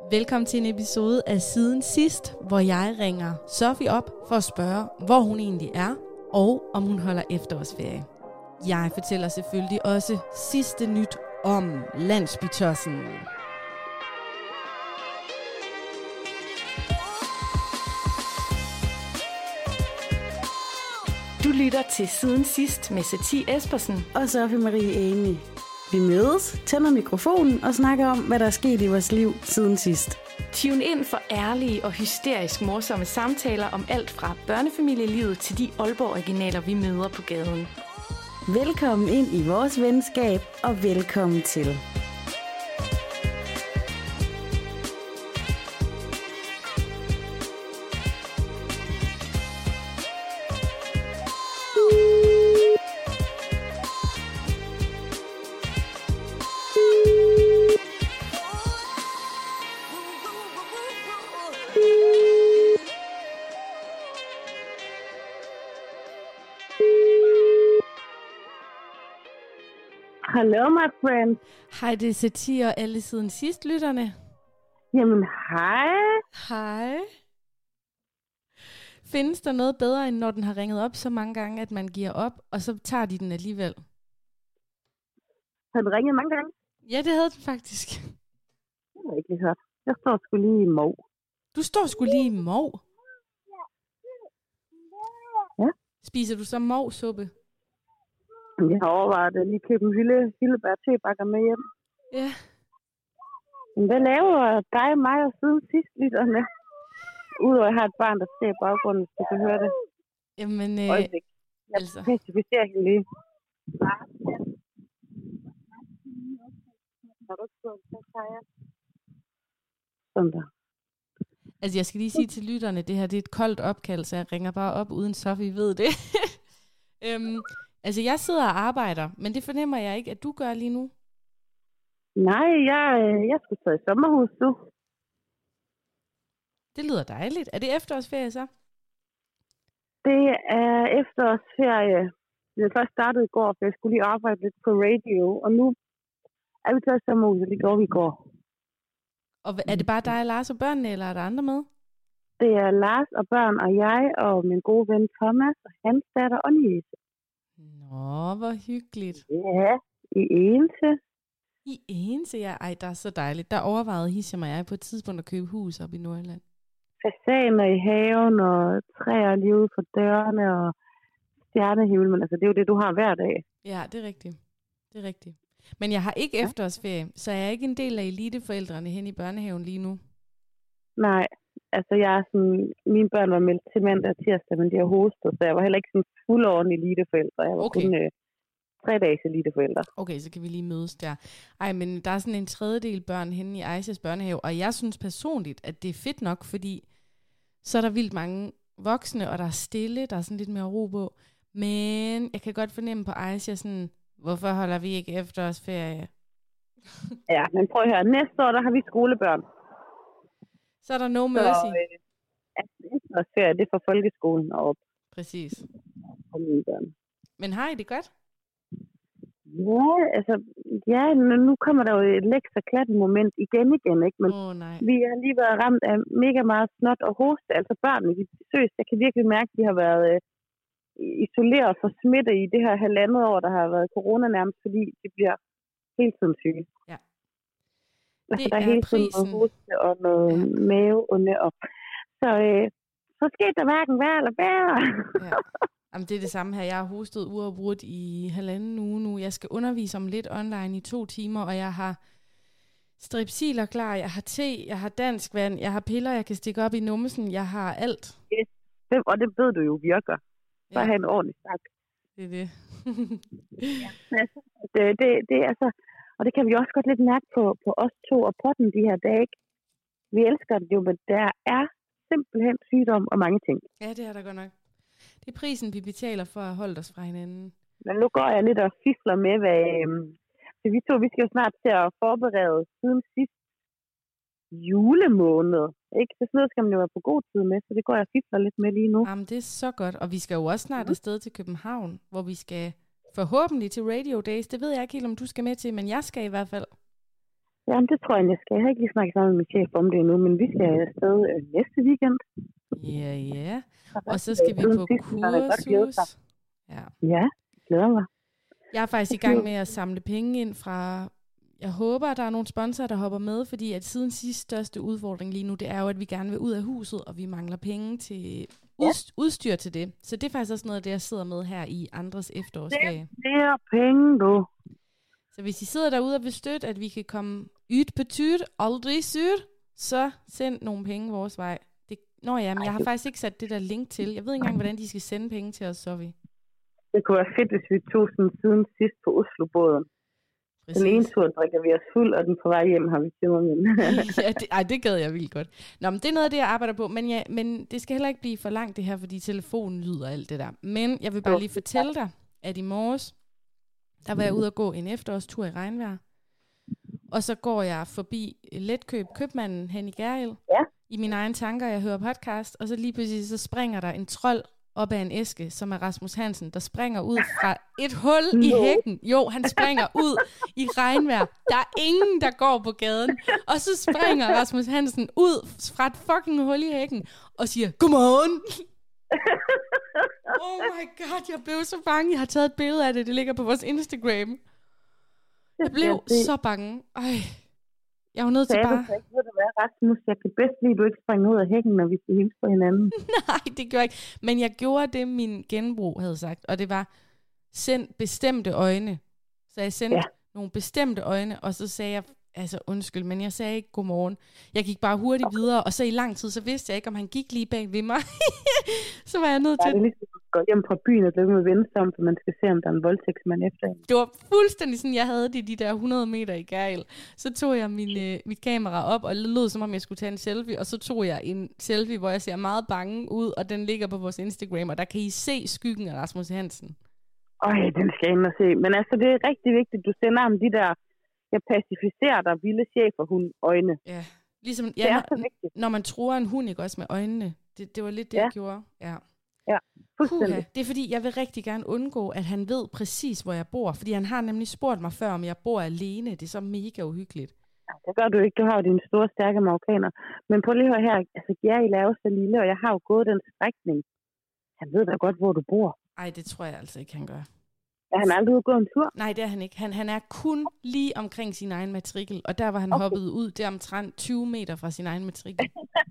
Velkommen til en episode af Siden Sidst, hvor jeg ringer Sofie op for at spørge, hvor hun egentlig er, og om hun holder efterårsferie. Jeg fortæller selvfølgelig også sidste nyt om Landsbytossen. Du lytter til Siden Sidst med Satie Espersen og Sofie Marie Amy. Vi mødes, tænder mikrofonen og snakker om, hvad der er sket i vores liv siden sidst. Tune ind for ærlige og hysterisk morsomme samtaler om alt fra børnefamilielivet til de Aalborg-originaler, vi møder på gaden. Velkommen ind i vores venskab, og velkommen til. Hello, my friend. Hej, det er Satie og alle siden sidst lytterne. Jamen, hej. Hej. Findes der noget bedre, end når den har ringet op så mange gange, at man giver op, og så tager de den alligevel? Har du ringet mange gange? Ja, det havde den faktisk. Det har jeg ikke lige hørt. Jeg står sgu lige i Mov. Du står sgu lige i Mov? Ja. Spiser du så Mov-suppe? Jeg har overvejet at lige købe en hyldebær tebakker med hjem. Ja. Men hvad laver dig, mig og siden sidst lytterne? Udover at jeg har et barn, der ser i baggrunden, hvis du kan høre det. Jamen, jeg altså. pacificerer hende lige. Har du ikke fået det, Kaja? Sådan der. Altså, jeg skal lige sige til lytterne, det her det er et koldt opkald, så jeg ringer bare op, uden Sofie ved det. Altså, jeg sidder og arbejder, men det fornemmer jeg ikke, at du gør lige nu. Nej, jeg skulle tage i sommerhus nu. Det lyder dejligt. Er det efterårsferie så? Det er efterårsferie. Jeg først startede i går, for jeg skulle lige arbejde lidt på radio, og nu er vi taget i sommerhus, og det går vi i går. Og er det bare dig, Lars og børnene, eller er der andre med? Det er Lars og børn og jeg og min gode ven Thomas og hans datter og niece. Nå, hvor hyggeligt. Ja, i Ense. I Ense, ja. Ej, der er så dejligt. Der overvejede Hisham og jeg på et tidspunkt at købe hus op i Nordjylland. Fasaner i haven og træer lige ude for dørene og stjernehimmel. Men altså, det er jo det, du har hver dag. Ja, det er rigtigt. Det er rigtigt. Men jeg har ikke efterårsferie, så jeg er ikke en del af eliteforældrene hen i børnehaven lige nu. Nej, altså jeg er sådan, mine børn var meldt til mandag og tirsdag, men de har hostet, så jeg var heller ikke sådan fuldordentlig eliteforældre. Jeg var kun 3 dages eliteforældre. Okay, så kan vi lige mødes der. Ej, men der er sådan en tredjedel børn henne i Ejses børnehave, og jeg synes personligt, at det er fedt nok, fordi så er der vildt mange voksne, og der er stille, der er sådan lidt mere ro på. Men jeg kan godt fornemme på Ejse, sådan, hvorfor holder vi ikke efterårsferie? Ja, men prøv at høre, næste år, der har vi skolebørn. Så er der no mercy. Efterårsferie, det er fra folkeskolen og op. Præcis. Og mine børn. Men har I det godt? Ja, altså, ja, nu kommer der jo et lekser klat moment igen, ikke? Men nej. Vi har lige været ramt af mega meget snot og hoste. Altså børnene, seriøst, jeg kan virkelig mærke, at de har været isoleret for smitte i det her 1,5 år, der har været corona nærmest, fordi de bliver hele tiden syge. Ja. Altså, der er hele tiden noget hoste og noget maveonde op. Så skete der hverken værre eller bedre. Ja. Jamen, det er det samme her. Jeg har hostet uafbrudt i 1,5 uge nu. Jeg skal undervise om lidt online i 2 timer, og jeg har strepsiler klar, jeg har te, jeg har dansk vand, jeg har piller, jeg kan stikke op i numsen, jeg har alt. Yes. Og det ved du jo virker. Bare have en ordentlig snak. Det er det. det er altså, og det kan vi også godt lidt mærke på os to og potten de her dage. Vi elsker det jo, men der er simpelthen sygdom og mange ting. Ja, det er der godt nok. Det er prisen, vi betaler for at holde os fra hinanden. Men nu går jeg lidt og fifler med, hvad vi skal jo snart til at forberede siden sidst julemåned. Ikke? Så sådan noget skal man jo være på god tid med, så det går jeg og fifler lidt med lige nu. Jamen, det er så godt. Og vi skal jo også snart afsted til København, hvor vi skal forhåbentlig til Radio Days. Det ved jeg ikke helt, om du skal med til, men jeg skal i hvert fald. Jamen, det tror jeg skal. Jeg har ikke lige snakket sammen med min chef om det endnu, men vi skal afsted næste weekend. Ja. Og så skal vi på kursus. Ja, glæder mig. Jeg er faktisk i gang med at samle penge ind fra... Jeg håber, at der er nogle sponsorer, der hopper med, fordi at siden sidste største udfordring lige nu, det er jo, at vi gerne vil ud af huset, og vi mangler penge til udstyr til det. Så det er faktisk også noget af det, jeg sidder med her i andres efterårsferie. Det er penge, du. Så hvis I sidder derude og vil støtte, at vi kan komme ydt på tyrt, aldrig syrt, så send nogle penge vores vej. Men jeg har faktisk ikke sat det der link til. Jeg ved ikke engang, hvordan de skal sende penge til os, så vi. Det kunne være fedt, hvis vi tog sådan siden sidst på Oslobåden. Den ene tur drikker vi os fuld, og den på vej hjem har vi tømmermænd. det gad jeg vildt godt. Nå, men det er noget af det, jeg arbejder på. Men det skal heller ikke blive for langt det her, fordi telefonen lyder og alt det der. Men jeg vil bare lige fortælle dig, at i morges, der var jeg ude og gå en efterårstur i regnvejr. Og så går jeg forbi købmanden hen i Gærhild. Ja. I mine egne tanker, jeg hører podcast. Og så lige pludselig så springer der en trold op ad en æske, som er Rasmus Hansen, der springer ud fra et hul i hækken. Jo, han springer ud i regnvejr. Der er ingen, der går på gaden. Og så springer Rasmus Hansen ud fra et fucking hul i hækken og siger, godmorgen! Oh my god, jeg blev så bange. Jeg har taget et billede af det. Det ligger på vores Instagram. Jeg blev så bange. Ej. Jeg var nødt til bare... Ved du hvad, Rasmus? Jeg kan bedst lide, at du ikke springer ud af hækken, når vi skal hilse på hinanden. Nej, det gjorde jeg ikke. Men jeg gjorde det, min genbrug havde sagt. Og det var, send bestemte øjne. Så jeg sendte nogle bestemte øjne, og så sagde jeg, altså undskyld, men jeg sagde ikke godmorgen. Jeg gik bare hurtigt videre, og så i lang tid, så vidste jeg ikke, om han gik lige bag ved mig. Så var jeg nødt til... Ja, det er ligesom at gå hjem fra byen og blive med vende sammen, for man skal se, om der er en voldtægtsmand efter en. Det var fuldstændig sådan, jeg havde det de der 100 meter i Gærhild. Så tog jeg mit kamera op, og lød som om jeg skulle tage en selfie, og så tog jeg en selfie, hvor jeg ser meget bange ud, og den ligger på vores Instagram, og der kan I se skyggen af Rasmus Hansen. Den skal jeg ind og se. Men altså, det er rigtig vigtigt, du sender ham de der... Jeg pacificerer dig, vilde cheferhund øjne. Ja, ligesom når man tror en hund, ikke også med øjnene. Det var lidt det, jeg gjorde. Ja, fuldstændig. Det er fordi, jeg vil rigtig gerne undgå, at han ved præcis, hvor jeg bor. Fordi han har nemlig spurgt mig før, om jeg bor alene. Det er så mega uhyggeligt. Ja, det gør du ikke. Du har jo dine store, stærke marokkaner. Men prøv lige at høre her. Altså, Gærhild er jo så lille, og jeg har jo gået den strækning. Han ved da godt, hvor du bor. Ej, det tror jeg altså ikke, han gør. Er han aldrig ude at gå en tur? Nej, det er han ikke. Han er kun lige omkring sin egen matrikel, og der var han hoppet ud, det er omtrent 20 meter fra sin egen matrikel.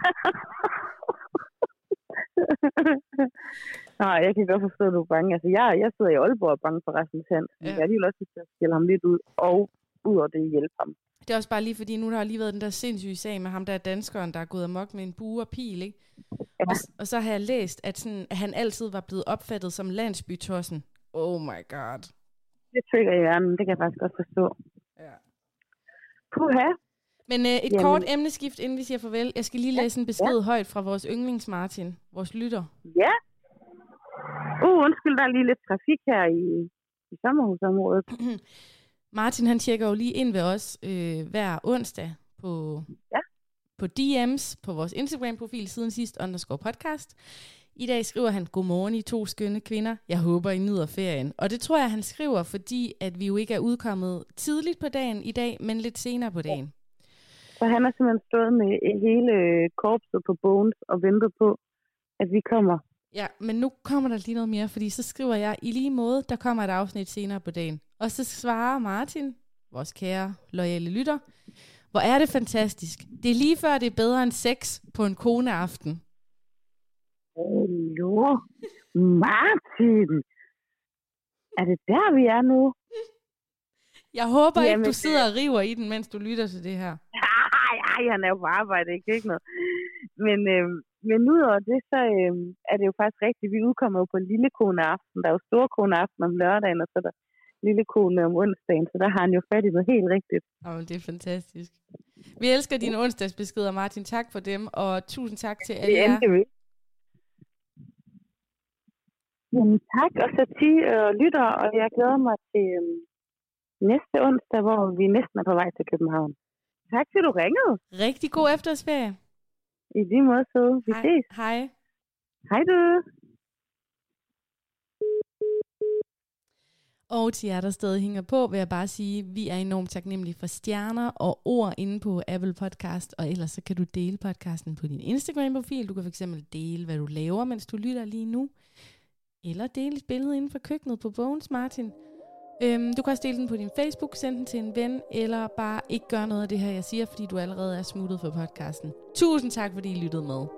Nej, jeg kan godt forstå, at du er bange. Altså, jeg sidder i Aalborg og er bange for Rasmus Hansen. Ja. Jeg er lige også til at skille ham lidt ud, og ud over det hjælpe ham. Det er også bare lige fordi, nu der har lige været den der sindssyge sag med ham, der er danskeren, der er gået amok med en bue og pil, ikke? Ja. Og så har jeg læst, at han altid var blevet opfattet som landsbytossen. Oh my god. Det trigger i hjernen, det kan jeg faktisk godt forstå. Ja. Puha. Men kort emneskift, inden vi siger farvel. Jeg skal lige læse en besked højt fra vores yndlings Martin, vores lytter. Ja. Undskyld, der er lige lidt trafik her i sommerhusområdet. Martin, han tjekker jo lige ind ved os hver onsdag på DM's på vores Instagram-profil siden sidst _podcast. I dag skriver han, godmorgen I 2 skønne kvinder. Jeg håber, I nyder ferien. Og det tror jeg, han skriver, fordi at vi jo ikke er udkommet tidligt på dagen i dag, men lidt senere på dagen. Så han har simpelthen stået med hele korpset på Bones og ventet på, at vi kommer. Ja, men nu kommer der lige noget mere, fordi så skriver jeg, i lige måde, der kommer et afsnit senere på dagen. Og så svarer Martin, vores kære, loyale lytter, hvor er det fantastisk. Det er lige før, det er bedre end sex på en koneaften. Hallo, Martin. Er det der, vi er nu? Jeg håber ikke, du sidder og river i den, mens du lytter til det her. Ej, han er jo på arbejde, ikke noget. Men udover det, så er det jo faktisk rigtigt. Vi udkommer jo på lille koneaften. Der er jo store koneaften om lørdagen, og så er der lille kone om onsdagen. Så der har han jo fat i noget helt rigtigt. Det er fantastisk. Vi elsker dine onsdagsbeskeder, Martin. Tak for dem, og tusind tak til alle jer. Jamen tak, og så 10 lytter, og jeg glæder mig til næste onsdag, hvor vi næsten er på vej til København. Tak, fordi du ringede. Rigtig god efterårsferie. I lige måde, så vi ses. Hej. Hej du. Og til jer, der stadig hænger på, vil jeg bare sige, at vi er enormt taknemmelige for stjerner og ord inde på Apple Podcast. Og ellers så kan du dele podcasten på din Instagram-profil. Du kan fx dele, hvad du laver, mens du lytter lige nu. Eller dele et billede inden for køkkenet på Bones Martin. Du kan også dele den på din Facebook, sende den til en ven, eller bare ikke gøre noget af det her, jeg siger, fordi du allerede er smuttet for podcasten. Tusind tak, fordi I lyttede med.